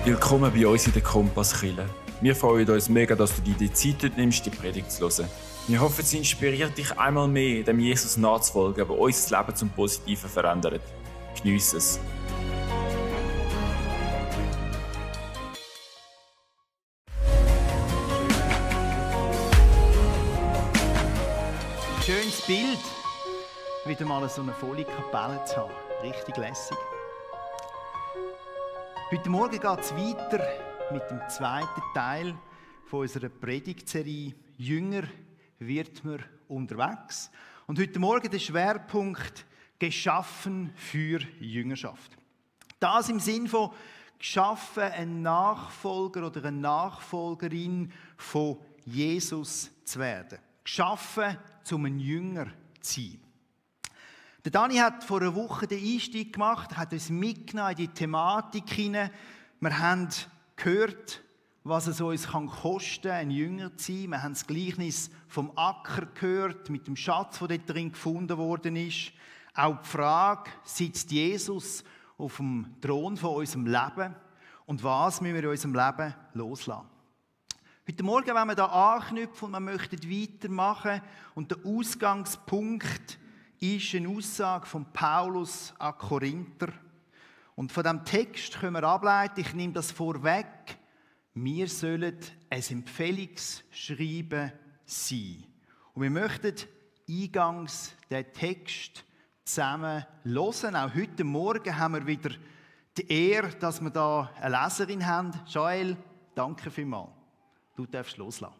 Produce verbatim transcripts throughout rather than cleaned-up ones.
Willkommen bei uns in der Kompasskirche. Wir freuen uns mega, dass du dir die Zeit nimmst, die Predigt zu hören. Wir hoffen, sie inspiriert dich einmal mehr, dem Jesus nachzufolgen, der unser Leben zum Positiven verändert. Geniesse es. Schönes Bild, wieder mal so eine volle Kapelle zu haben. Richtig lässig. Heute Morgen geht es weiter mit dem zweiten Teil von unserer Predigtserie «Jünger wird man unterwegs». Und heute Morgen der Schwerpunkt «Geschaffen für Jüngerschaft». Das im Sinn von «Geschaffen, ein Nachfolger oder eine Nachfolgerin von Jesus zu werden». Geschaffen, um ein Jünger zu sein. Der Dani hat vor einer Woche den Einstieg gemacht, hat uns mitgenommen in die Thematik hinein. Wir haben gehört, was es uns kosten kann, ein Jünger zu sein. Wir haben das Gleichnis vom Acker gehört, mit dem Schatz, der dort drin gefunden worden ist. Auch die Frage, sitzt Jesus auf dem Thron von unserem Leben? Und was müssen wir in unserem Leben loslassen? Heute Morgen wollen wir da anknüpfen und wir möchten weitermachen. Und der Ausgangspunkt ist eine Aussage von Paulus an Korinther. Und von diesem Text können wir ableiten, ich nehme das vorweg, wir sollen ein Empfehlungsschreiben sein. Und wir möchten eingangs den Text zusammen hören. Auch heute Morgen haben wir wieder die Ehre, dass wir da eine Leserin haben. Joel, danke vielmals. Du darfst loslassen.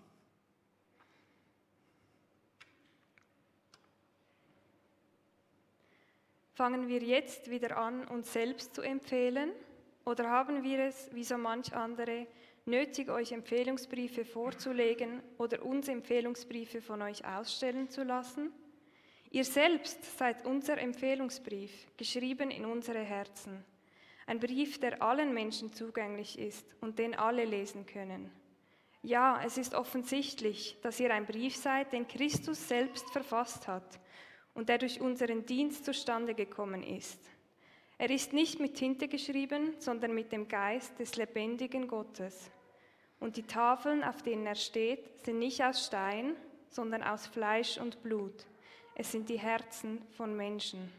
Fangen wir jetzt wieder an, uns selbst zu empfehlen? Oder haben wir es, wie so manch andere, nötig, euch Empfehlungsbriefe vorzulegen oder uns Empfehlungsbriefe von euch ausstellen zu lassen? Ihr selbst seid unser Empfehlungsbrief, geschrieben in unsere Herzen. Ein Brief, der allen Menschen zugänglich ist und den alle lesen können. Ja, es ist offensichtlich, dass ihr ein Brief seid, den Christus selbst verfasst hat und der durch unseren Dienst zustande gekommen ist. Er ist nicht mit Tinte geschrieben, sondern mit dem Geist des lebendigen Gottes. Und die Tafeln, auf denen er steht, sind nicht aus Stein, sondern aus Fleisch und Blut. Es sind die Herzen von Menschen.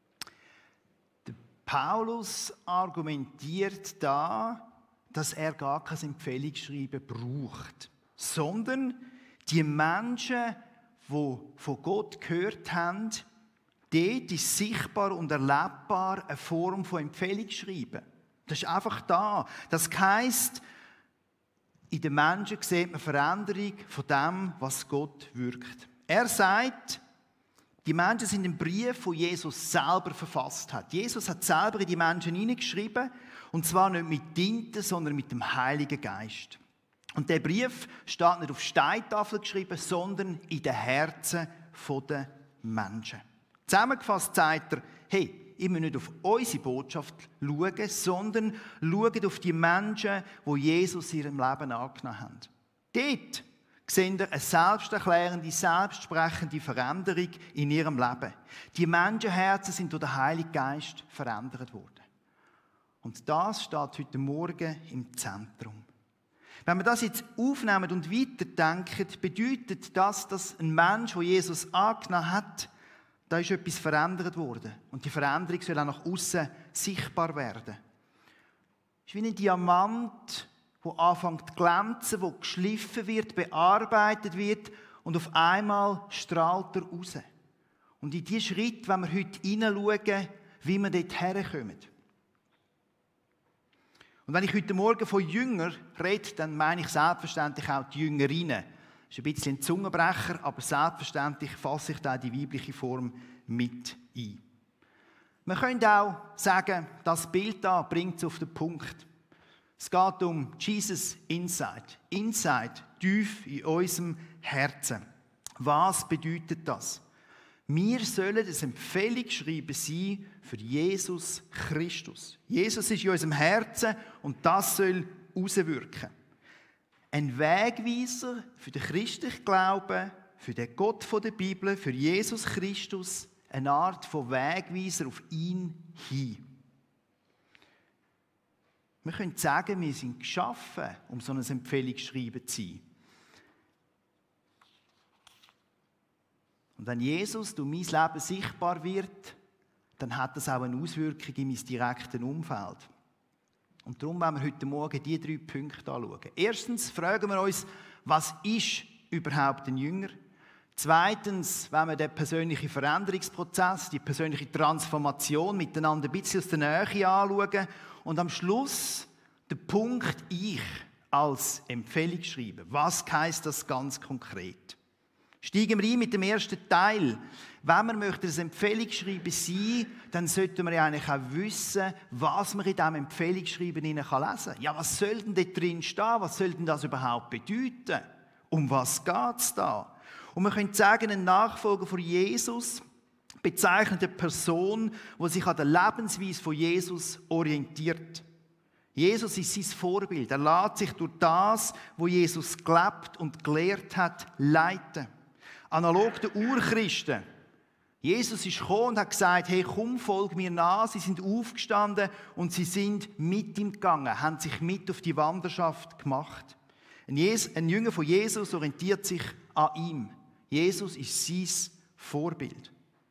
Der Paulus argumentiert da, dass er gar kein Empfehlungsschreiben braucht, sondern die Menschen, die von Gott gehört haben, dort ist sichtbar und erlebbar eine Form von Empfehlungsschreiben. Das ist einfach da. Das heisst, in den Menschen sieht man Veränderung von dem, was Gott wirkt. Er sagt, die Menschen sind ein Brief, den Jesus selber verfasst hat. Jesus hat selber in die Menschen hineingeschrieben, und zwar nicht mit Tinte, sondern mit dem Heiligen Geist. Und der Brief steht nicht auf Steintafeln geschrieben, sondern in den Herzen der Menschen. Zusammengefasst sagt er, hey, ihr müsst nicht auf unsere Botschaft schauen, sondern schaut auf die Menschen, die Jesus in ihrem Leben angenommen haben. Dort sehen wir eine selbsterklärende, selbstsprechende Veränderung in ihrem Leben. Die Menschenherzen sind durch den Heiligen Geist verändert worden. Und das steht heute Morgen im Zentrum. Wenn wir das jetzt aufnehmen und weiterdenken, bedeutet das, dass ein Mensch, der Jesus angenommen hat, da ist etwas verändert worden. Und die Veränderung soll auch nach außen sichtbar werden. Es ist wie ein Diamant, der anfängt zu glänzen, der geschliffen wird, bearbeitet wird und auf einmal strahlt er raus. Und in diesen Schritt, wenn wir heute hineinschauen, wie wir dort herkommen. Und wenn ich heute Morgen von Jünger rede, dann meine ich selbstverständlich auch die Jüngerinnen. Das ist ein bisschen ein Zungenbrecher, aber selbstverständlich fasse ich da die weibliche Form mit ein. Wir können auch sagen, das Bild da bringt es auf den Punkt. Es geht um Jesus Inside. Inside, tief in unserem Herzen. Was bedeutet das? Wir sollen ein Empfehlungsschreiben sein für Jesus Christus. Jesus ist in unserem Herzen und das soll auswirken. Ein Wegweiser für den christlichen Glauben, für den Gott der Bibel, für Jesus Christus, eine Art von Wegweiser auf ihn hin. Wir können sagen, wir sind geschaffen, um so ein Empfehlungsschreiben zu sein. Und wenn Jesus durch mein Leben sichtbar wird, dann hat das auch eine Auswirkung in mein direktes Umfeld. Und darum wollen wir heute Morgen diese drei Punkte anschauen. Erstens fragen wir uns, was ist überhaupt ein Jünger? Zweitens, wenn wir den persönlichen Veränderungsprozess, die persönliche Transformation miteinander ein bisschen aus der Nähe anschauen. Und am Schluss der Punkt Ich als Empfehlungsschreiben. Was heisst das ganz konkret? Steigen wir ein mit dem ersten Teil. Wenn wir möchten ein Empfehlungsschreiben sein, dann sollten wir ja eigentlich auch wissen, was man in diesem Empfehlungsschreiben lesen kann. Ja, was soll denn da drin stehen? Was soll denn das überhaupt bedeuten? Um was geht es da? Und wir können sagen, ein Nachfolger von Jesus bezeichnet eine Person, die sich an der Lebensweise von Jesus orientiert. Jesus ist sein Vorbild. Er lässt sich durch das, was Jesus gelebt und gelehrt hat, leiten. Analog den Urchristen. Jesus ist gekommen und hat gesagt, hey, komm, folg mir nach. Sie sind aufgestanden und sie sind mit ihm gegangen, haben sich mit auf die Wanderschaft gemacht. Ein, Jesus, ein Jünger von Jesus orientiert sich an ihm. Jesus ist sein Vorbild.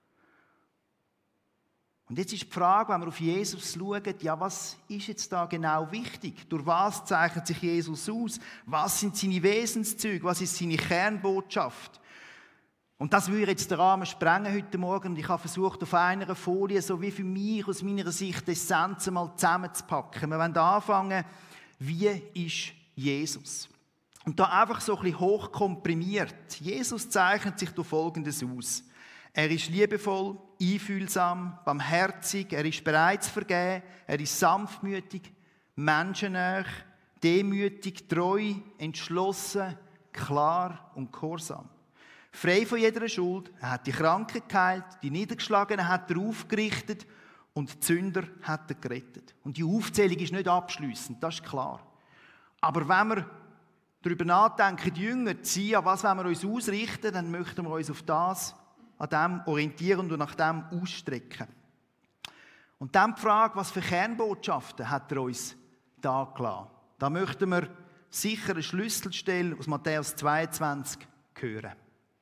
Und jetzt ist die Frage, wenn wir auf Jesus schauen, ja, was ist jetzt da genau wichtig? Durch was zeichnet sich Jesus aus? Was sind seine Wesenszüge? Was ist seine Kernbotschaft? Und das würde jetzt den Rahmen sprengen heute Morgen. Und ich habe versucht, auf einer Folie, so wie für mich, aus meiner Sicht, die Essenz mal zusammenzupacken. Wir wollen anfangen, wie ist Jesus? Und da einfach so ein bisschen hochkomprimiert. Jesus zeichnet sich durch Folgendes aus. Er ist liebevoll, einfühlsam, barmherzig, er ist bereit zu vergeben, er ist sanftmütig, menschennah, demütig, treu, entschlossen, klar und gehorsam. Frei von jeder Schuld, er hat die Kranken geheilt, die Niedergeschlagenen hat er aufgerichtet und die Sünder hat er gerettet. Und die Aufzählung ist nicht abschliessend, das ist klar. Aber wenn wir darüber nachdenken, die Jünger zu sein, an was wollen wir uns ausrichten, dann möchten wir uns auf das, an dem orientieren und nach dem ausstrecken. Und dann die Frage, was für Kernbotschaften hat er uns da gelassen? Da möchten wir sicher eine Schlüsselstelle aus Matthäus zweiundzwanzig hören.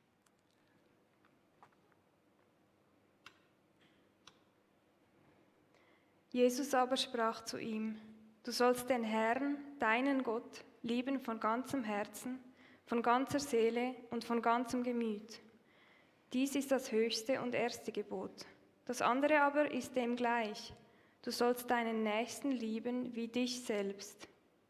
Jesus aber sprach zu ihm: Du sollst den Herrn, deinen Gott, lieben von ganzem Herzen, von ganzer Seele und von ganzem Gemüt. Dies ist das höchste und erste Gebot. Das andere aber ist dem gleich. Du sollst deinen Nächsten lieben wie dich selbst.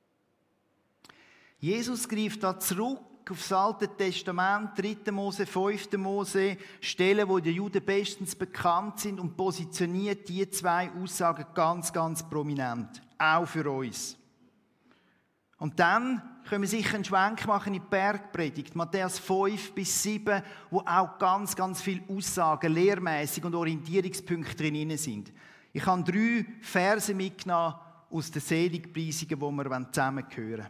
Jesus greift da zurück auf das Alte Testament, dritte Mose, fünfte Mose, Stellen, wo die Juden bestens bekannt sind, und positioniert die zwei Aussagen ganz, ganz prominent. Auch für uns. Und dann können wir sicher einen Schwenk machen in die Bergpredigt, Matthäus fünf bis sieben, wo auch ganz, ganz viele Aussagen, lehrmäßig und Orientierungspunkte drin sind. Ich habe drei Verse mitgenommen aus den Seligpreisungen, die wir zusammen hören.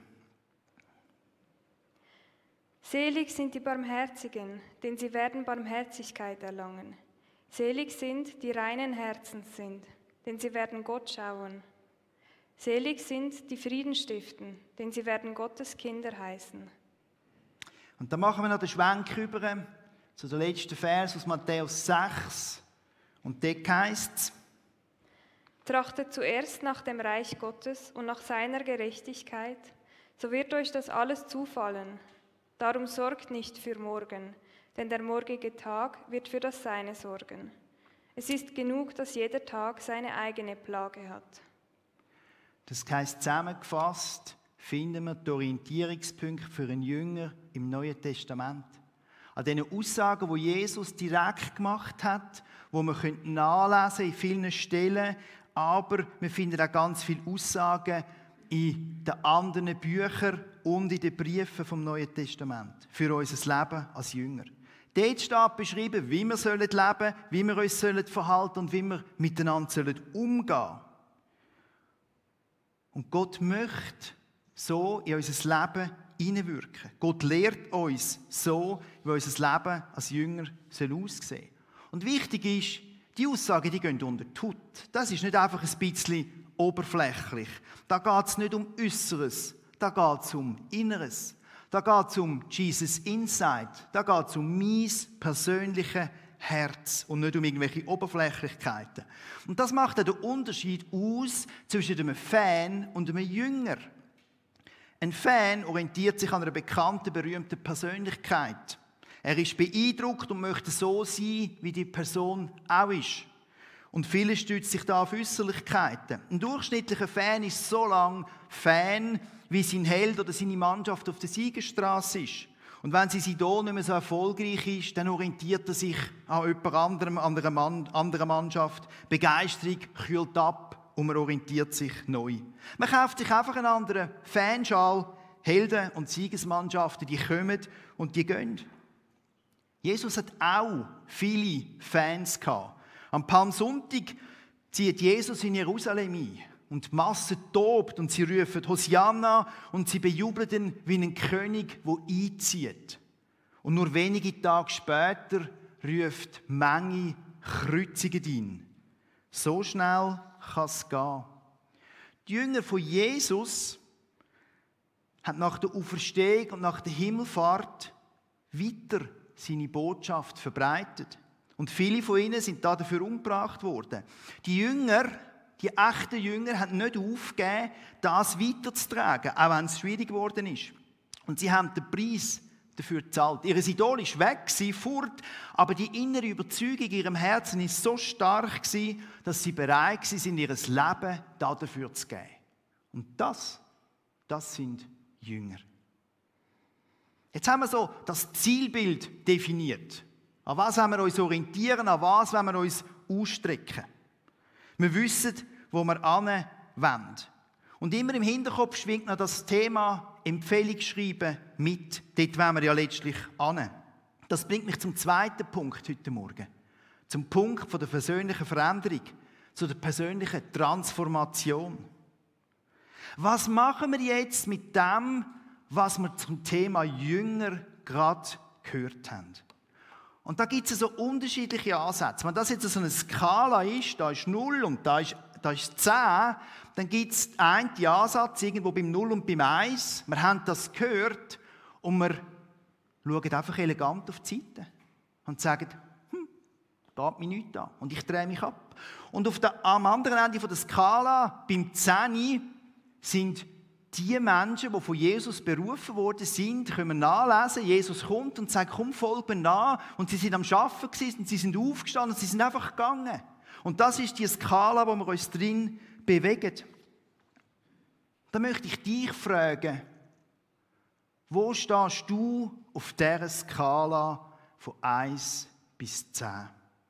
Selig sind die Barmherzigen, denn sie werden Barmherzigkeit erlangen. Selig sind, die reinen Herzens sind, denn sie werden Gott schauen. Selig sind, die Frieden stiften, denn sie werden Gottes Kinder heißen. Und dann machen wir noch den Schwenk rüber zu dem letzten Vers aus Matthäus sechs. Und dort heisst es: Trachtet zuerst nach dem Reich Gottes und nach seiner Gerechtigkeit, so wird euch das alles zufallen. Darum sorgt nicht für morgen, denn der morgige Tag wird für das Seine sorgen. Es ist genug, dass jeder Tag seine eigene Plage hat. Das heisst, zusammengefasst finden wir die Orientierungspunkte für einen Jünger im Neuen Testament. An diesen Aussagen, die Jesus direkt gemacht hat, die wir nachlesen in vielen Stellen, aber wir finden auch ganz viele Aussagen in den anderen Büchern und in den Briefen vom Neuen Testament für unser Leben als Jünger. Dort steht beschrieben, wie wir leben sollen, wie wir uns verhalten sollen und wie wir miteinander umgehen sollen. Und Gott möchte so in unser Leben hineinwirken. Gott lehrt uns so, wie unser Leben als Jünger aussehen soll. Und wichtig ist, die Aussagen, die gehen unter die Haut. Das ist nicht einfach ein bisschen oberflächlich. Da geht es nicht um Äußeres, da geht es um Inneres. Da geht es um Jesus Inside, da geht es um mein persönliches Herz und nicht um irgendwelche Oberflächlichkeiten. Und das macht auch den Unterschied aus zwischen einem Fan und einem Jünger. Ein Fan orientiert sich an einer bekannten, berühmten Persönlichkeit. Er ist beeindruckt und möchte so sein, wie die Person auch ist. Und viele stützen sich da auf Äußerlichkeiten. Ein durchschnittlicher Fan ist so lange Fan, wie sein Held oder seine Mannschaft auf der Siegerstraße ist. Und wenn sein Idol nicht mehr so erfolgreich ist, dann orientiert er sich an jemand anderem, an einer Mann, anderen Mannschaft. Begeisterung kühlt ab und man orientiert sich neu. Man kauft sich einfach einen anderen Fanschal. Helden und Siegesmannschaften, die kommen und die gehen. Jesus hat auch viele Fans gehabt. Am Palmsonntag zieht Jesus in Jerusalem ein. Und die Masse tobt und sie rufen Hosianna und sie bejubeln ihn wie einen König, der einzieht. Und nur wenige Tage später ruft die Menge kreuzigen ihn. So schnell kann es gehen. Die Jünger von Jesus haben nach der Auferstehung und nach der Himmelfahrt weiter seine Botschaft verbreitet. Und viele von ihnen sind dafür umgebracht worden. Die Jünger, die echten Jünger, haben nicht aufgegeben, das weiterzutragen, auch wenn es schwierig geworden ist. Und sie haben den Preis dafür gezahlt. Ihr Idol ist weg, fort, aber die innere Überzeugung in ihrem Herzen ist so stark, dass sie bereit waren, ihr Leben dafür zu geben. Und das, das sind Jünger. Jetzt haben wir so das Zielbild definiert. An was wollen wir uns orientieren, an was wollen wir uns ausstrecken. Wir wissen, wo wir hin wollen. Und immer im Hinterkopf schwingt noch das Thema Empfehlungsschreiben mit. Dort wollen wir ja letztlich hin. Das bringt mich zum zweiten Punkt heute Morgen. Zum Punkt von der persönlichen Veränderung, zu der persönlichen Transformation. Was machen wir jetzt mit dem, was wir zum Thema Jünger gerade gehört haben? Und da gibt es so unterschiedliche Ansätze. Wenn das jetzt so eine Skala ist, da ist null und da ist, da ist zehn, dann gibt es einen Ansatz irgendwo beim null und beim eins. Wir haben das gehört und wir schauen einfach elegant auf die Seite und sagen, hm, geht mir nichts an und ich drehe mich ab. Und auf der, am anderen Ende der Skala, beim zehn, sind die Menschen, die von Jesus berufen worden sind, können wir nachlesen. Jesus kommt und sagt, komm, folg mir nach. Und sie sind am Arbeiten gewesen, und sie sind aufgestanden und sie sind einfach gegangen. Und das ist die Skala, wo wir uns drin bewegen. Da möchte ich dich fragen, wo stehst du auf dieser Skala von eins bis zehn?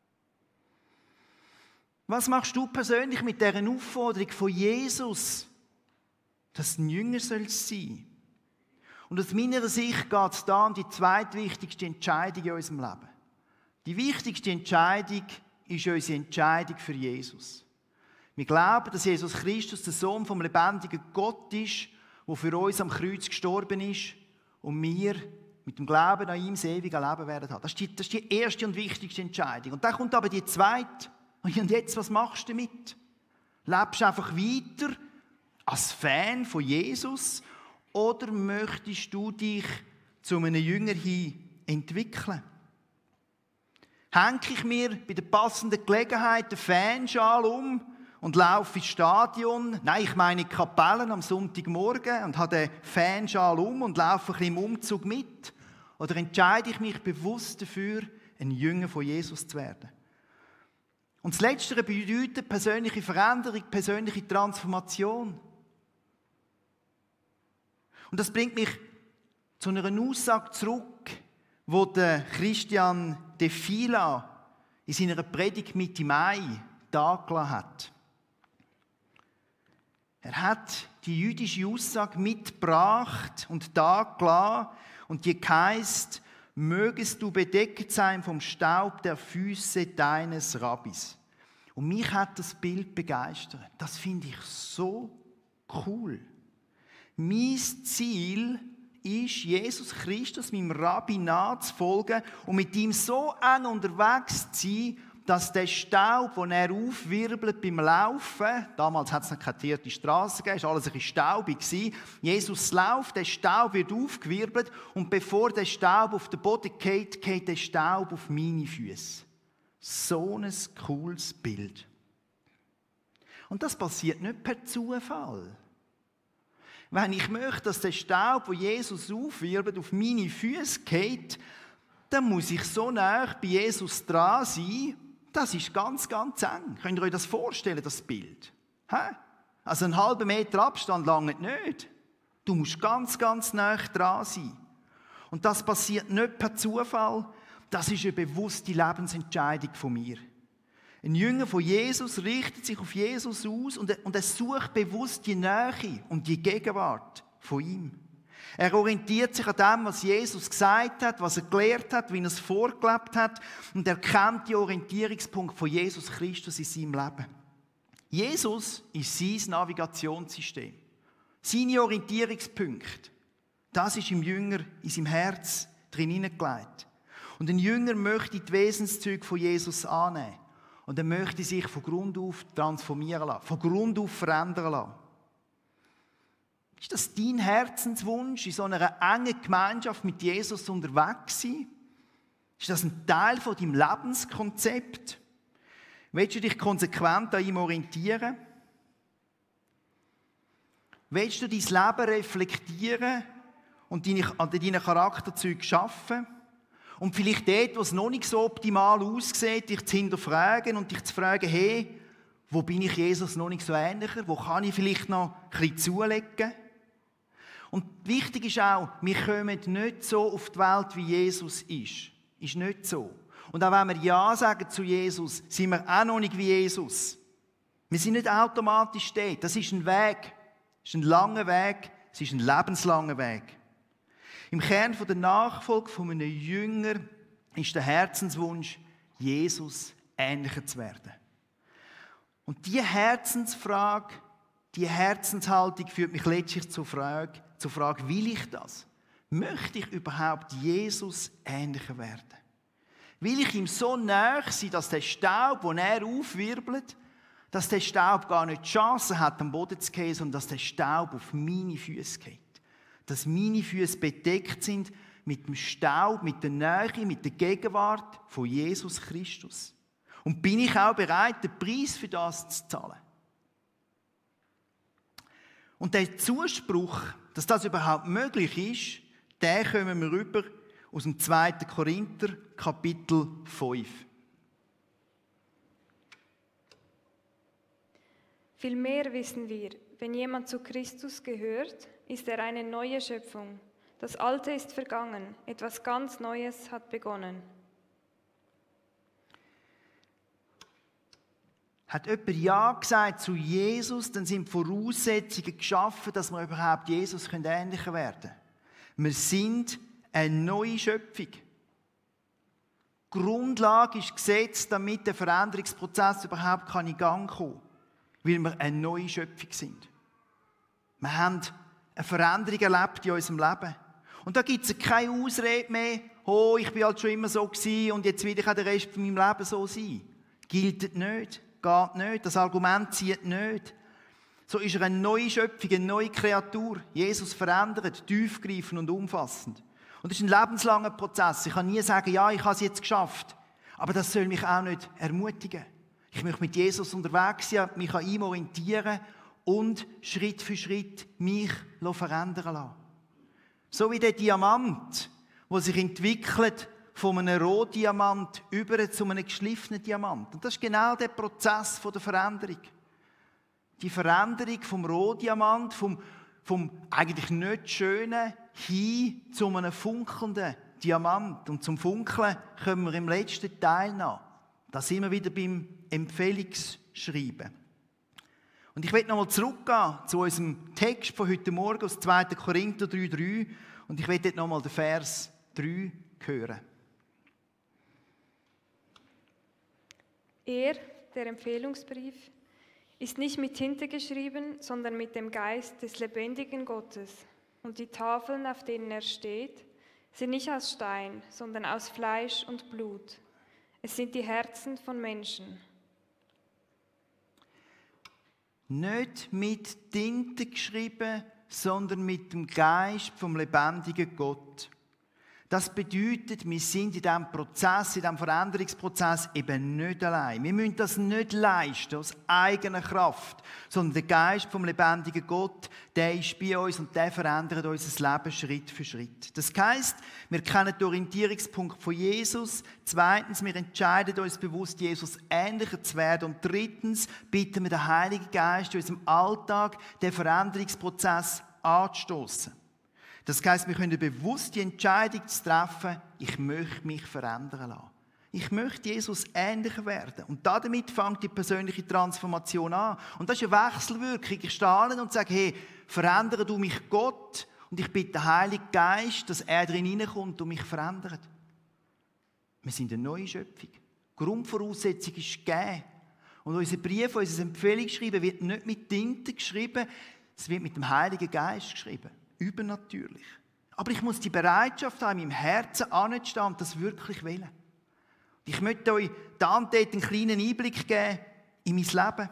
Was machst du persönlich mit dieser Aufforderung von Jesus, dass du ein Jünger sollst sein? Und aus meiner Sicht geht es da um die zweitwichtigste Entscheidung in unserem Leben. Die wichtigste Entscheidung ist unsere Entscheidung für Jesus. Wir glauben, dass Jesus Christus der Sohn vom lebendigen Gott ist, der für uns am Kreuz gestorben ist und wir mit dem Glauben an ihm das ewige Leben werden haben. Das ist die, das ist die erste und wichtigste Entscheidung. Und dann kommt aber die zweite. Und jetzt, was machst du damit? Lebst du einfach weiter als Fan von Jesus oder möchtest du dich zu einem Jünger hin entwickeln? Hänge ich mir bei der passenden Gelegenheit den Fanschal um und laufe ins Stadion? Nein, ich meine in die Kapellen am Sonntagmorgen und habe den Fanschal um und laufe ein bisschen im Umzug mit? Oder entscheide ich mich bewusst dafür, ein Jünger von Jesus zu werden? Und das Letztere bedeutet persönliche Veränderung, persönliche Transformation. Und das bringt mich zu einer Aussage zurück, wo der Christian de Fila in seiner Predigt Mitte Mai dargelassen hat. Er hat die jüdische Aussage mitgebracht und dargelassen und die heisst: Mögest du bedeckt sein vom Staub der Füße deines Rabbis. Und mich hat das Bild begeistert. Das finde ich so cool. Mein Ziel ist, Jesus Christus, meinem Rabbi nachzufolgen und mit ihm so eng unterwegs zu sein, dass der Staub, den er aufwirbelt beim Laufen, damals hat es noch keine geteerte Straße gegeben, es war alles ein bisschen staubig. Jesus läuft, der Staub wird aufgewirbelt und bevor der Staub auf den Boden geht, geht der Staub auf meine Füße. So ein cooles Bild. Und das passiert nicht per Zufall. Wenn ich möchte, dass der Staub, den Jesus aufwirbelt, auf meine Füße geht, dann muss ich so nah bei Jesus dran sein. Das ist ganz, ganz eng. Könnt ihr euch das vorstellen, das Bild? Hä? Also einen halben Meter Abstand lange nicht. Du musst ganz, ganz nah dran sein. Und das passiert nicht per Zufall. Das ist eine bewusste Lebensentscheidung von mir. Ein Jünger von Jesus richtet sich auf Jesus aus und er, und er sucht bewusst die Nähe und die Gegenwart von ihm. Er orientiert sich an dem, was Jesus gesagt hat, was er gelehrt hat, wie er es vorgelebt hat und er kennt den Orientierungspunkt von Jesus Christus in seinem Leben. Jesus ist sein Navigationssystem, seine Orientierungspunkte. Das ist im Jünger in seinem Herz drin hineingelegt. Und ein Jünger möchte die Wesenszüge von Jesus annehmen. Und er möchte sich von Grund auf transformieren lassen, von Grund auf verändern lassen. Ist das dein Herzenswunsch, in so einer engen Gemeinschaft mit Jesus unterwegs zu sein? Ist das ein Teil von deinem Lebenskonzept? Willst du dich konsequent an ihm orientieren? Willst du dein Leben reflektieren und deine, an deinen Charakterzügen schaffen? Und vielleicht dort, wo es noch nicht so optimal aussieht, dich zu hinterfragen und dich zu fragen, hey, wo bin ich Jesus noch nicht so ähnlicher? Wo kann ich vielleicht noch ein bisschen zulegen? Und wichtig ist auch, wir kommen nicht so auf die Welt, wie Jesus ist. Ist nicht so. Und auch wenn wir Ja sagen zu Jesus, sind wir auch noch nicht wie Jesus. Wir sind nicht automatisch dort. Das ist ein Weg. Das ist ein langer Weg. Es ist ein lebenslanger Weg. Im Kern der Nachfolge von einem Jünger ist der Herzenswunsch, Jesus ähnlicher zu werden. Und diese Herzensfrage, diese Herzenshaltung führt mich letztlich zur Frage, zur Frage, will ich das? Möchte ich überhaupt Jesus ähnlicher werden? Will ich ihm so nahe sein, dass der Staub, den er aufwirbelt, dass der Staub gar nicht die Chance hat, am Boden zu gehen, sondern dass der Staub auf meine Füße geht? Dass meine Füße bedeckt sind mit dem Staub, mit der Nähe, mit der Gegenwart von Jesus Christus. Und bin ich auch bereit, den Preis für das zu zahlen? Und der Zuspruch, dass das überhaupt möglich ist, den kommen wir rüber aus dem zweiten Korinther, Kapitel fünf. Vielmehr wissen wir, wenn jemand zu Christus gehört, ist er eine neue Schöpfung. Das Alte ist vergangen, etwas ganz Neues hat begonnen. Hat jemand Ja gesagt zu Jesus, dann sind Voraussetzungen geschaffen, dass wir überhaupt Jesus ähnlicher werden können. Wir sind eine neue Schöpfung. Die Grundlage ist gesetzt, damit der Veränderungsprozess überhaupt in Gang kommen kann. Weil wir eine neue Schöpfung sind. Wir haben eine Veränderung erlebt in unserem Leben. Und da gibt es keine Ausrede mehr, oh, ich bin halt schon immer so gewesen und jetzt will ich auch den Rest von meinem Leben so sein. Gilt nicht, geht nicht, das Argument zieht nicht. So ist er eine neue Schöpfung, eine neue Kreatur. Jesus verändert, tiefgreifend und umfassend. Und das ist ein lebenslanger Prozess. Ich kann nie sagen, ja, ich habe es jetzt geschafft. Aber das soll mich auch nicht ermutigen. Ich möchte mit Jesus unterwegs sein, mich an ihm orientieren und Schritt für Schritt mich verändern lassen. So wie der Diamant, der sich entwickelt von einem Rohdiamant über zu einem geschliffenen Diamant. Und das ist genau der Prozess der Veränderung. Die Veränderung vom Rohdiamant, vom, vom eigentlich nicht schönen, hin zu einem funkelnden Diamant. Und zum Funkeln kommen wir im letzten Teil nach. Da sind wir wieder beim Empfehlungsschreiben. Und ich möchte nochmal zurückgehen zu unserem Text von heute Morgen aus zweiten Korinther drei drei. Und ich möchte jetzt nochmal den Vers drei hören. Er, der Empfehlungsbrief, ist nicht mit Tinte geschrieben, sondern mit dem Geist des lebendigen Gottes. Und die Tafeln, auf denen er steht, sind nicht aus Stein, sondern aus Fleisch und Blut. Es sind die Herzen von Menschen. Nicht mit Tinte geschrieben, sondern mit dem Geist vom lebendigen Gott. Das bedeutet, wir sind in diesem Prozess, in diesem Veränderungsprozess eben nicht allein. Wir müssen das nicht leisten aus eigener Kraft, sondern der Geist vom lebendigen Gott, der ist bei uns und der verändert unser Leben Schritt für Schritt. Das heisst, wir kennen den Orientierungspunkt von Jesus. Zweitens, wir entscheiden uns bewusst, Jesus ähnlicher zu werden. Und drittens, bitten wir den Heiligen Geist in unserem Alltag, den Veränderungsprozess anzustoßen. Das heisst, wir können bewusst die Entscheidung treffen, ich möchte mich verändern lassen. Ich möchte Jesus ähnlicher werden. Und damit fängt die persönliche Transformation an. Und das ist eine Wechselwirkung. Ich stehe und sage, hey, verändere du mich Gott. Und ich bitte den Heiligen Geist, dass er drin hineinkommt und mich verändert. Wir sind eine neue Schöpfung. Die Grundvoraussetzung ist gegeben. Und unser Brief, unser Empfehlungsschreiben wird nicht mit Tinte geschrieben, es wird mit dem Heiligen Geist geschrieben. Übernatürlich. Aber ich muss die Bereitschaft haben, in meinem Herzen anzustehen und das wirklich wollen. Ich möchte euch da und dort einen kleinen Einblick geben in mein Leben.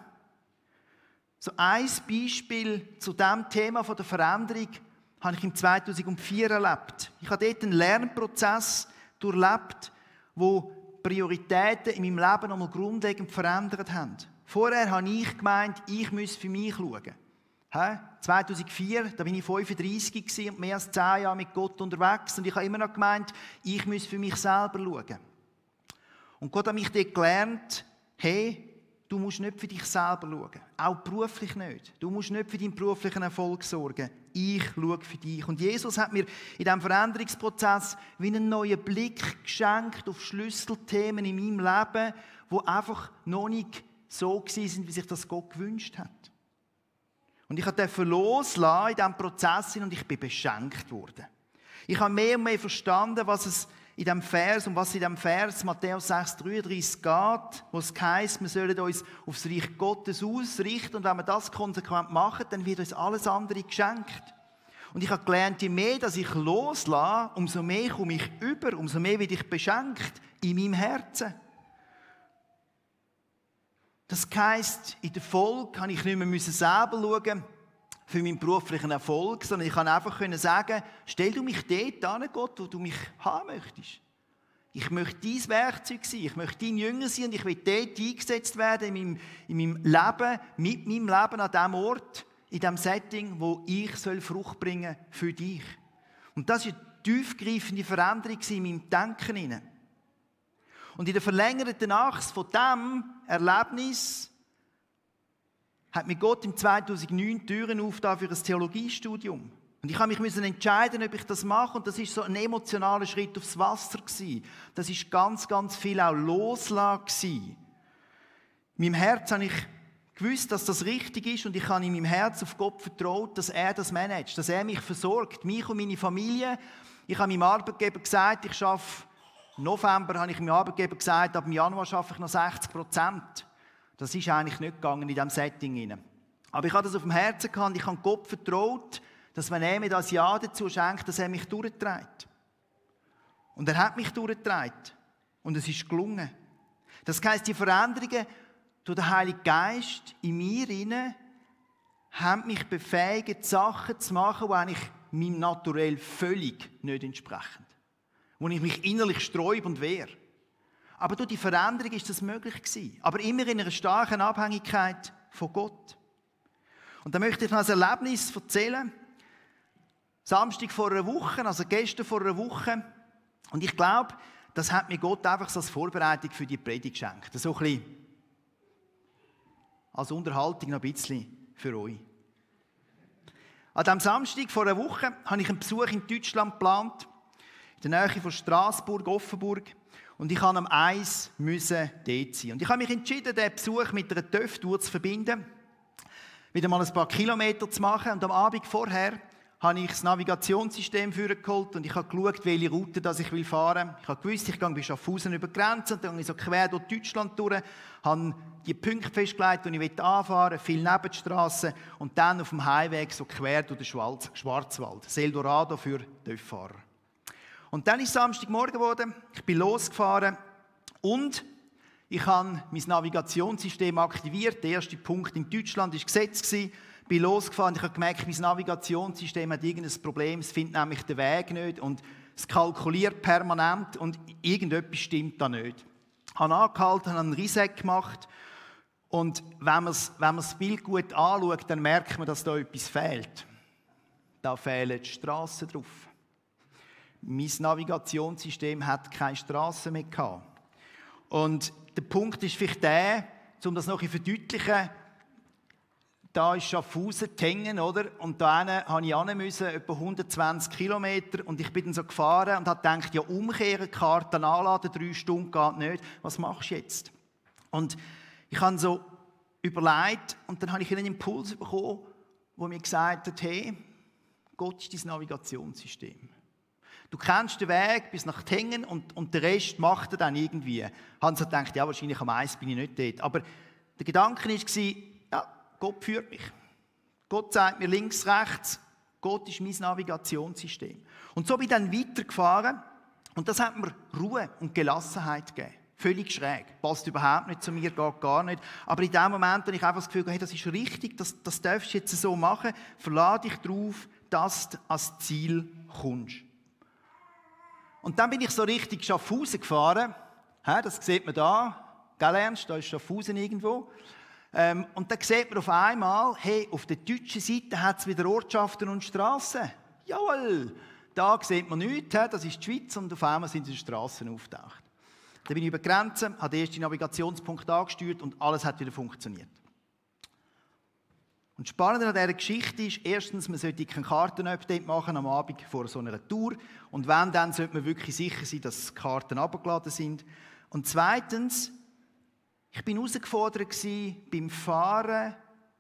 So ein Beispiel zu diesem Thema der Veränderung habe ich im zweitausendvier erlebt. Ich habe dort einen Lernprozess durchlebt, wo Prioritäten in meinem Leben einmal grundlegend verändert haben. Vorher habe ich gemeint, ich müsse für mich schauen. zweitausendvier, da war ich fünfunddreissig und mehr als zehn Jahre mit Gott unterwegs. Und ich habe immer noch gemeint, ich muss für mich selber schauen. Und Gott hat mich dort gelernt, hey, du musst nicht für dich selber schauen. Auch beruflich nicht. Du musst nicht für deinen beruflichen Erfolg sorgen. Ich schaue für dich. Und Jesus hat mir in diesem Veränderungsprozess wie einen neuen Blick geschenkt auf Schlüsselthemen in meinem Leben, die einfach noch nicht so waren, wie sich das Gott gewünscht hat. Und ich durfte loslassen in diesem Prozess und ich bin beschenkt worden. Ich habe mehr und mehr verstanden, was es in diesem Vers, um was in diesem Vers Matthäus sechs dreiunddreißig geht, wo es heisst, wir sollen uns auf das Reich Gottes ausrichten und wenn wir das konsequent machen, dann wird uns alles andere geschenkt. Und ich habe gelernt, je mehr dass ich loslasse, umso mehr komme ich über, umso mehr werde ich beschenkt in meinem Herzen. Das heisst, in der Folge habe ich nicht mehr selber schauen für meinen beruflichen Erfolg, sondern ich kann einfach sagen, stell du mich dort an, Gott, wo du mich haben möchtest. Ich möchte dein Werkzeug sein, ich möchte dein Jünger sein und ich will dort eingesetzt werden in meinem, in meinem Leben, mit meinem Leben an diesem Ort, in diesem Setting, wo ich soll Frucht bringen für dich. Und das war eine tiefgreifende Veränderung in meinem Denken. Und in der verlängerten Achse von diesem Erlebnis hat mir Gott im zweitausendneun Türen aufgetan für ein Theologiestudium. Und ich musste mich entscheiden, ob ich das mache. Und das war so ein emotionaler Schritt aufs Wasser. Das war ganz, ganz viel auch Loslassen. In meinem Herz habe ich gewusst, dass das richtig ist. Und ich habe in meinem Herz auf Gott vertraut, dass er das managt, dass er mich versorgt, mich und meine Familie. Ich habe meinem Arbeitgeber gesagt, ich arbeite im November habe ich meinem Arbeitgeber gesagt, ab Januar arbeite ich noch sechzig Prozent. Das ist eigentlich nicht gegangen in diesem Setting. Aber ich hatte das auf dem Herzen gehabt und ich habe Gott vertraut, dass wenn er mir das Ja dazu schenkt, dass er mich durchträgt. Und er hat mich durchträgt. Und es ist gelungen. Das heisst, die Veränderungen durch den Heiligen Geist in mir hinein haben mich befähigt, Sachen zu machen, die eigentlich meinem Naturell völlig nicht entsprechen. Wo ich mich innerlich sträube und wehre. Aber durch die Veränderung ist das möglich gewesen. Aber immer in einer starken Abhängigkeit von Gott. Und da möchte ich noch ein Erlebnis erzählen. Samstag vor einer Woche, also gestern vor einer Woche. Und ich glaube, das hat mir Gott einfach so als Vorbereitung für die Predigt geschenkt. So ein bisschen als Unterhaltung noch ein bisschen für euch. An diesem Samstag vor einer Woche habe ich einen Besuch in Deutschland geplant. In der Nähe von Straßburg, Offenburg. Und ich musste am eins dort sein. Und ich habe mich entschieden, diesen Besuch mit einer T Ö F-Tour zu verbinden. Wieder mal ein paar Kilometer zu machen. Und am Abend vorher habe ich das Navigationssystem vorgeholt und ich habe geschaut, welche Route das ich fahren will. Ich habe gewusst, ich gehe bis Schaffhausen über die Grenze und dann gehe ich so quer durch Deutschland durch, habe die Punkte festgelegt, die ich anfahren will, viele Nebenstrassen und dann auf dem Highway so quer durch den Schwarzwald. Das Eldorado für T Ö F-Fahrer. Und dann ist es Samstagmorgen geworden, ich bin losgefahren Und ich habe mein Navigationssystem aktiviert. Der erste Punkt in Deutschland war Gesetz. Ich bin losgefahren und ich habe gemerkt, mein Navigationssystem hat irgendein Problem. Es findet nämlich den Weg nicht und es kalkuliert permanent und irgendetwas stimmt da nicht. Ich habe angehalten, habe einen Reset gemacht und wenn man das, wenn man das Bild gut anschaut, dann merkt man, dass da etwas fehlt. Da fehlen die Strassen drauf. Mein Navigationssystem hat keine Strassen mehr gehabt. Und der Punkt ist vielleicht der, um das noch ein bisschen zu verdeutlichen, da ist Schaffhausen, Tengen, oder? Und da musste ich hin müssen, etwa hundertzwanzig Kilometer. Und ich bin dann so gefahren und habe gedacht, ja, umkehren, Karten anladen, drei Stunden geht nicht. Was machst du jetzt? Und ich habe so überlegt und dann habe ich einen Impuls bekommen, der mir gesagt hat, hey, Gott ist dein Navigationssystem. Du kennst den Weg bis nach Tengen und, und den Rest macht er dann irgendwie. Ich habe so gedacht, ja, wahrscheinlich am Eis bin ich nicht dort. Aber der Gedanke war, ja, Gott führt mich. Gott sagt mir links, rechts. Gott ist mein Navigationssystem. Und so bin ich dann weitergefahren und das hat mir Ruhe und Gelassenheit gegeben. Völlig schräg. Passt überhaupt nicht zu mir, geht gar nicht. Aber in dem Moment habe ich einfach das Gefühl, hey, das ist richtig, das, das darfst du jetzt so machen. Verlass dich darauf, dass du ans Ziel kommst. Und dann bin ich so richtig Schaffhausen gefahren. Das sieht man da. Gell, Ernst? Da ist Schaffhausen irgendwo. Ähm, und dann sieht man auf einmal, hey, auf der deutschen Seite hat es wieder Ortschaften und Strassen. Jawohl, da sieht man nichts, das ist die Schweiz und auf einmal sind die Strassen auftaucht. Dann bin ich über die Grenze, habe den ersten Navigationspunkt angesteuert und alles hat wieder funktioniert. Und das Spannende an dieser Geschichte ist, erstens, man sollte kein Kartenupdate machen am Abend vor so einer Tour. Und wenn, dann sollte man wirklich sicher sein, dass die Karten abgeladen sind. Und zweitens, ich war herausgefordert beim Fahren,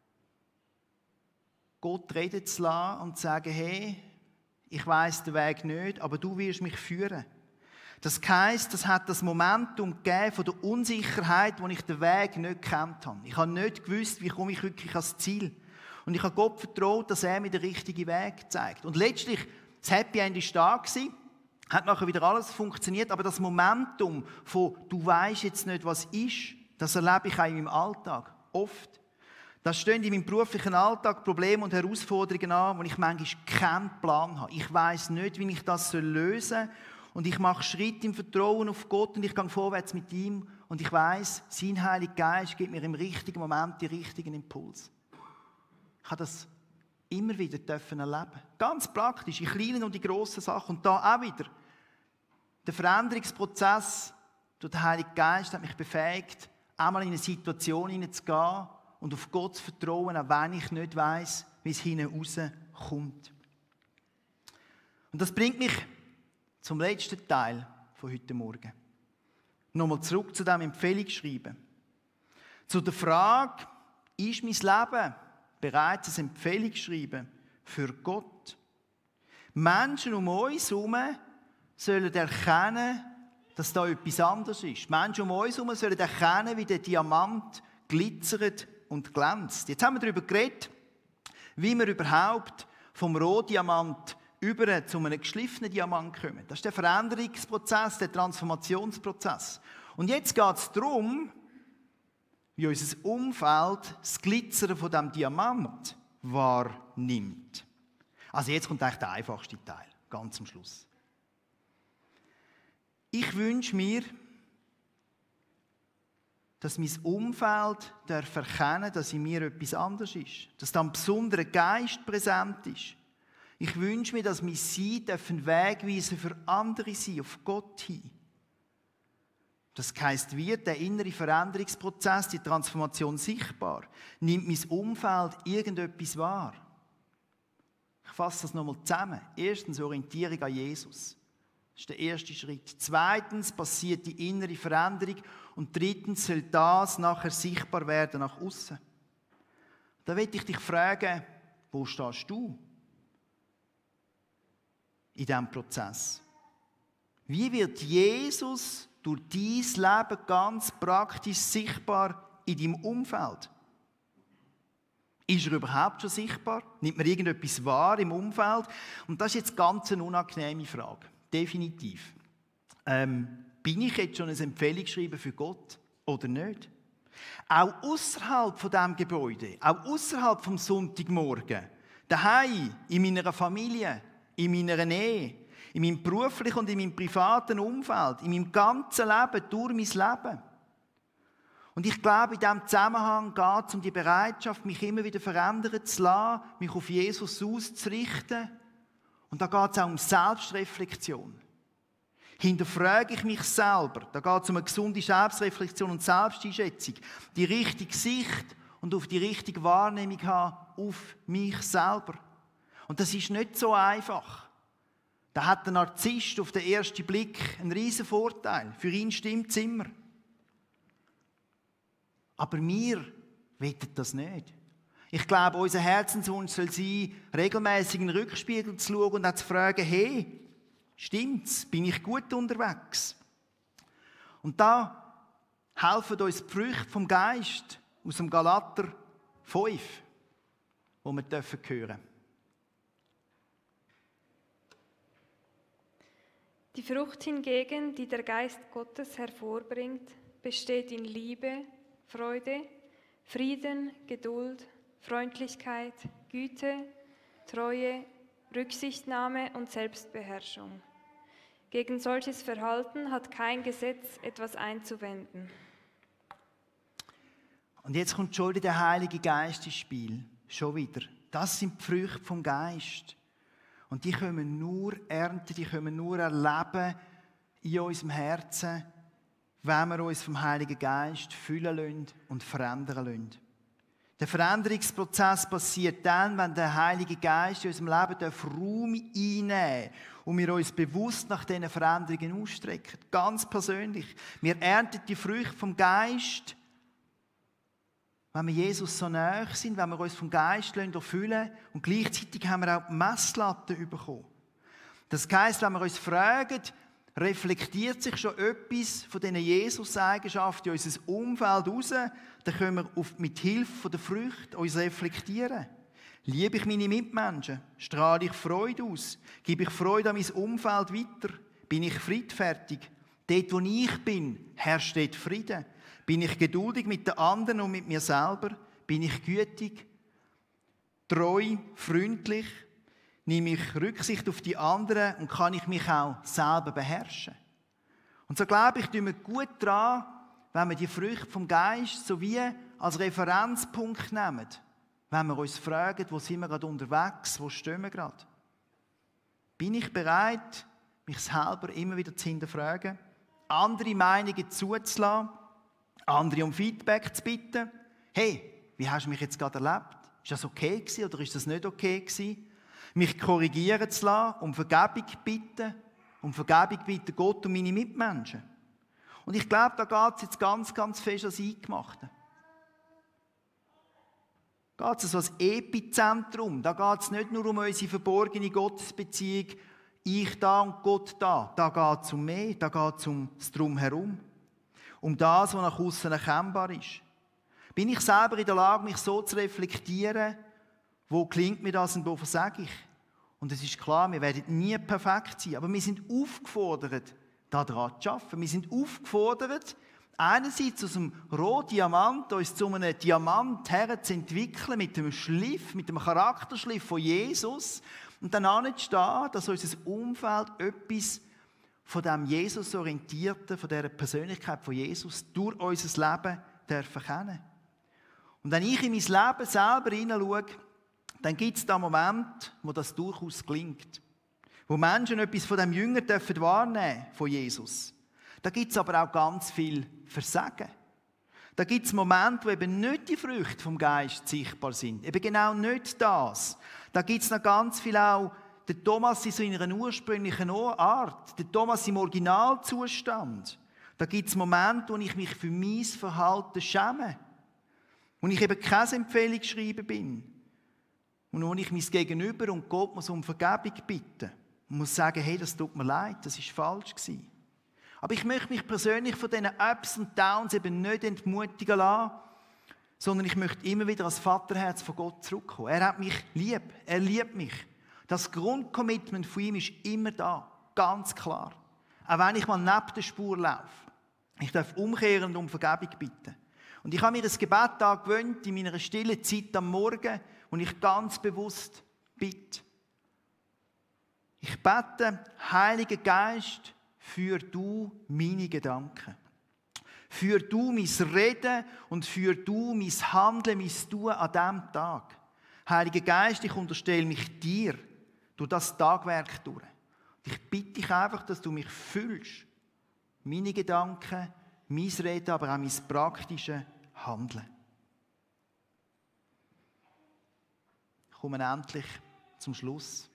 Gott reden zu lassen und zu sagen, hey, ich weiss den Weg nicht, aber du wirst mich führen. Das heisst, das hat das Momentum gegeben von der Unsicherheit, wo ich den Weg nicht gekannt habe. Ich habe nicht gewusst, wie komme ich wirklich ans Ziel. Und ich habe Gott vertraut, dass er mir den richtigen Weg zeigt. Und letztlich, das Happy End war da, hat nachher wieder alles funktioniert, aber das Momentum von «du weisst jetzt nicht, was ist», das erlebe ich auch in meinem Alltag, oft. Da stehen in meinem beruflichen Alltag Probleme und Herausforderungen an, wo ich manchmal keinen Plan habe. Ich weiss nicht, wie ich das lösen soll. Und ich mache Schritte im Vertrauen auf Gott und ich gehe vorwärts mit ihm. Und ich weiss, sein Heiliger Geist gibt mir im richtigen Moment den richtigen Impuls. Ich habe das immer wieder erleben. Ganz praktisch, in kleinen und in grossen Sachen. Und da auch wieder. Der Veränderungsprozess durch den Heiligen Geist hat mich befähigt, einmal in eine Situation hineinzugehen und auf Gott zu vertrauen, auch wenn ich nicht weiss, wie es hinten rauskommt. Und das bringt mich zum letzten Teil von heute Morgen. Nochmal zurück zu diesem Empfehlungsschreiben. Zu der Frage, ist mein Leben bereits ein Empfehlungsschreiben für Gott? Menschen um uns herum sollen erkennen, dass da etwas anderes ist. Menschen um uns herum sollen erkennen, wie der Diamant glitzert und glänzt. Jetzt haben wir darüber geredet, wie wir überhaupt vom Rohdiamant über zu einem geschliffenen Diamant kommen. Das ist der Veränderungsprozess, der Transformationsprozess. Und jetzt geht es darum, wie unser Umfeld das Glitzern von diesem Diamant wahrnimmt. Also jetzt kommt eigentlich der einfachste Teil, ganz am Schluss. Ich wünsche mir, dass mein Umfeld erkennen darf, dass in mir etwas anderes ist. Dass da ein besonderer Geist präsent ist. Ich wünsche mir, dass mein Sein einen Weg weisen für andere sein, auf Gott hin. Das heisst, wird der innere Veränderungsprozess, die Transformation sichtbar? Nimmt mein Umfeld irgendetwas wahr? Ich fasse das nochmal zusammen. Erstens Orientierung an Jesus. Das ist der erste Schritt. Zweitens passiert die innere Veränderung. Und drittens soll das nachher sichtbar werden nach außen. Da möchte ich dich fragen, wo stehst du in diesem Prozess? Wie wird Jesus durch dein Leben ganz praktisch sichtbar in deinem Umfeld? Ist er überhaupt schon sichtbar? Nimmt man irgendetwas wahr im Umfeld? Und das ist jetzt ganz eine unangenehme Frage. Definitiv. Ähm, bin ich jetzt schon ein Empfehlungsschreiben für Gott oder nicht? Auch außerhalb von diesem Gebäude, auch außerhalb vom Sonntagmorgen, daheim, in meiner Familie, in meiner Ehe, in meinem beruflichen und in meinem privaten Umfeld, in meinem ganzen Leben, durch mein Leben. Und ich glaube, in diesem Zusammenhang geht es um die Bereitschaft, mich immer wieder verändern zu lassen, mich auf Jesus auszurichten. Und da geht es auch um Selbstreflexion. Hinterfrage ich mich selber. Da geht es um eine gesunde Selbstreflexion und Selbsteinschätzung. Die richtige Sicht und auf die richtige Wahrnehmung haben auf mich selber. Und das ist nicht so einfach. Da hat der Narzisst auf den ersten Blick einen riesen Vorteil. Für ihn stimmt es immer. Aber wir wollen das nicht. Ich glaube, unser Herzenswunsch soll sein, regelmäßig in den Rückspiegel zu schauen und auch zu fragen, hey, stimmt's? Bin ich gut unterwegs? Und da helfen uns die Früchte vom Geist aus dem Galater fünf, die wir hören dürfen. Die Frucht hingegen, die der Geist Gottes hervorbringt, besteht in Liebe, Freude, Frieden, Geduld, Freundlichkeit, Güte, Treue, Rücksichtnahme und Selbstbeherrschung. Gegen solches Verhalten hat kein Gesetz etwas einzuwenden. Und jetzt kommt schon wieder der Heilige Geist ins Spiel. Schon wieder. Das sind die Früchte vom Geist. Und die können wir nur ernten, die können wir nur erleben in unserem Herzen, wenn wir uns vom Heiligen Geist füllen lassen und verändern lassen. Der Veränderungsprozess passiert dann, wenn der Heilige Geist in unserem Leben Raum einnehmen darf und wir uns bewusst nach diesen Veränderungen ausstrecken. Ganz persönlich. Wir ernten die Früchte vom Geist, wenn wir Jesus so nahe sind, wenn wir uns vom Geist erfüllen lassen und gleichzeitig haben wir auch die Messlatte bekommen. Das heisst, wenn wir uns fragen, reflektiert sich schon etwas von diesen Jesus-Eigenschaften in unser Umfeld raus, dann können wir auf, mit Hilfe der Früchte uns reflektieren. Liebe ich meine Mitmenschen? Strahle ich Freude aus? Gebe ich Freude an mein Umfeld weiter? Bin ich friedfertig? Dort, wo ich bin, herrscht dort Frieden. Bin ich geduldig mit den anderen und mit mir selber? Bin ich gütig, treu, freundlich? Nehme ich Rücksicht auf die anderen und kann ich mich auch selber beherrschen? Und so glaube ich, tun wir gut daran, wenn wir die Früchte vom Geist so wie als Referenzpunkt nehmen. Wenn wir uns fragen, wo sind wir gerade unterwegs, wo stehen wir gerade? Bin ich bereit, mich selber immer wieder zu hinterfragen, andere Meinungen zuzulassen, andere um Feedback zu bitten? Hey, wie hast du mich jetzt gerade erlebt? Ist das okay gewesen oder ist das nicht okay gewesen? Mich korrigieren zu lassen, um Vergebung bitten, um Vergebung bitten Gott und meine Mitmenschen. Und ich glaube, da geht es jetzt ganz, ganz fest ans Eingemachte. Da geht es also als Epizentrum. Da geht es nicht nur um unsere verborgene Gottesbeziehung, ich da und Gott da. Da geht es um mehr, da geht es um das Drumherum. Um das, was nach außen erkennbar ist. Bin ich selber in der Lage, mich so zu reflektieren, wo klingt mir das und wo versage ich? Und es ist klar, wir werden nie perfekt sein, aber wir sind aufgefordert, daran zu arbeiten. Wir sind aufgefordert, einerseits aus dem Rohdiamant uns zu einem Diamant herzuentwickeln, mit dem Schliff, mit dem Charakterschliff von Jesus, und dann anzustehen, dass unser Umfeld etwas von dem Jesus-Orientierten, von dieser Persönlichkeit von Jesus durch unser Leben dürfen kennen. Und wenn ich in mein Leben selber hineinschaue, dann gibt es da Momente, wo das durchaus gelingt. Wo Menschen etwas von dem Jünger dürfen wahrnehmen, von Jesus. Da gibt es aber auch ganz viel Versagen. Da gibt es Momente, wo eben nicht die Früchte vom Geist sichtbar sind. Eben genau nicht das. Da gibt es noch ganz viel auch der Thomas in so einer ursprünglichen Art, der Thomas im Originalzustand. Da gibt es Momente, wo ich mich für mein Verhalten schäme. Wo ich eben keine Empfehlung schreiben bin. Und wo ich mein Gegenüber und Gott muss um Vergebung bitten. Und muss sagen, hey, das tut mir leid, das war falsch gewesen. Aber ich möchte mich persönlich von diesen Ups und Downs eben nicht entmutigen lassen, sondern ich möchte immer wieder als Vaterherz von Gott zurückkommen. Er hat mich lieb, er liebt mich. Das Grundcommitment von ihm ist immer da, ganz klar. Auch wenn ich mal neben der Spur laufe. Ich darf umkehren und um Vergebung bitten. Und ich habe mir ein Gebet angewöhnt in meiner stillen Zeit am Morgen, wo ich ganz bewusst bitte. Ich bete, Heiliger Geist, führ du meine Gedanken. Führ du mein Reden und führ du mein Handeln, mein Tun an diesem Tag. Heiliger Geist, ich unterstelle mich dir durch das Tagwerk durch. Ich bitte dich einfach, dass du mich füllst. Meine Gedanken, mein Reden, aber auch mein praktisches Handeln. Ich komme endlich zum Schluss.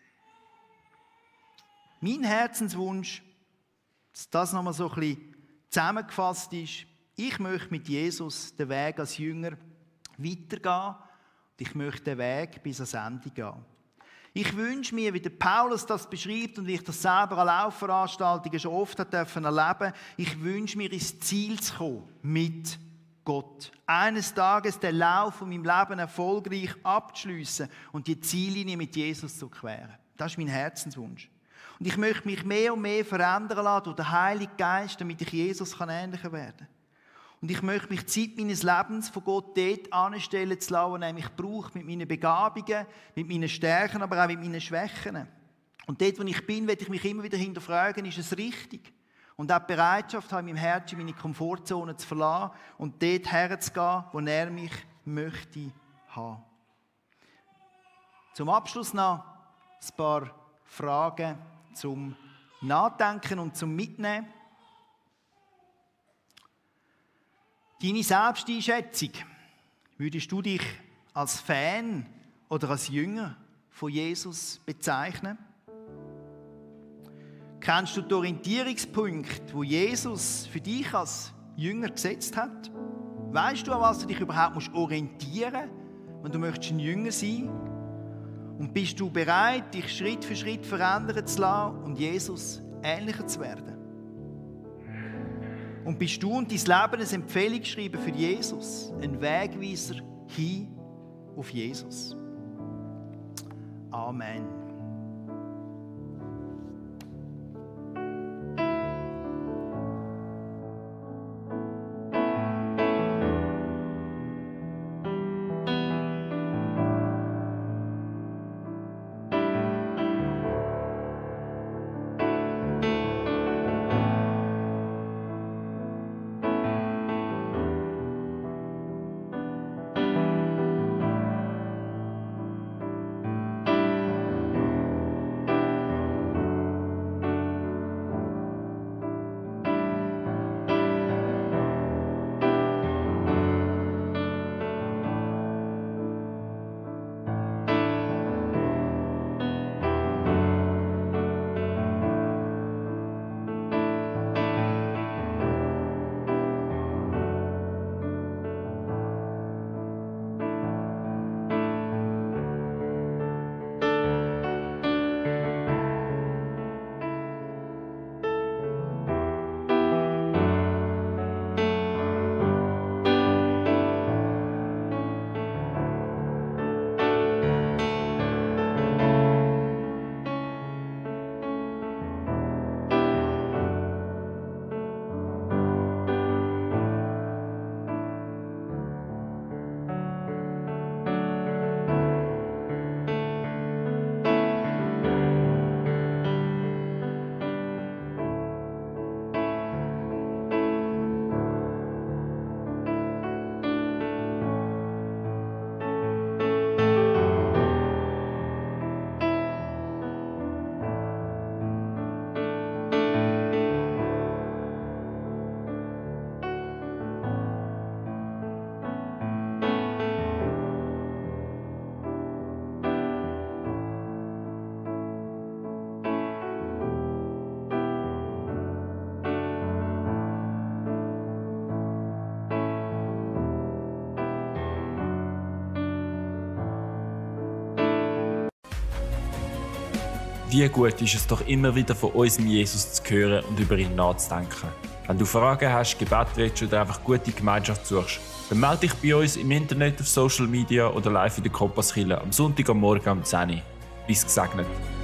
Mein Herzenswunsch, dass das nochmal so ein bisschen zusammengefasst ist, ich möchte mit Jesus den Weg als Jünger weitergehen und ich möchte den Weg bis ans Ende gehen. Ich wünsche mir, wie der Paulus das beschreibt und wie ich das selber an Laufveranstaltungen schon oft erleben durfte, ich wünsche mir, ins Ziel zu kommen mit Gott. Eines Tages den Lauf von meinem Leben erfolgreich abzuschliessen und die Ziellinie mit Jesus zu queren. Das ist mein Herzenswunsch. Und ich möchte mich mehr und mehr verändern lassen durch den Heiligen Geist, damit ich Jesus ähnlicher werden kann. Und ich möchte mich die Zeit meines Lebens von Gott dort anstellen zu lassen, was er mich braucht, mit meinen Begabungen, mit meinen Stärken, aber auch mit meinen Schwächen. Und dort, wo ich bin, werde ich mich immer wieder hinterfragen, ist es richtig? Und auch die Bereitschaft habe, in meinem Herzen meine Komfortzone zu verlassen und dort herzugehen, wo er mich möchte haben. Zum Abschluss noch ein paar Fragen zum Nachdenken und zum Mitnehmen. Deine Selbsteinschätzung, würdest du dich als Fan oder als Jünger von Jesus bezeichnen? Kennst du die Orientierungspunkte, wo Jesus für dich als Jünger gesetzt hat? Weißt du, an was du dich überhaupt musst orientieren musst, wenn du möchtest ein Jünger sein? Und bist du bereit, dich Schritt für Schritt verändern zu lassen und Jesus ähnlicher zu werden? Und bist du und dein Leben ein Empfehlungsschreiben für Jesus, ein Wegweiser hin auf Jesus? Amen. Wie gut ist es doch immer wieder von unserem Jesus zu hören und über ihn nachzudenken. Wenn du Fragen hast, Gebet willst oder einfach gute Gemeinschaft suchst, dann melde dich bei uns im Internet, auf Social Media oder live in der Kompasskirche am Sonntag am Morgen um zehn Uhr. Bis gesegnet.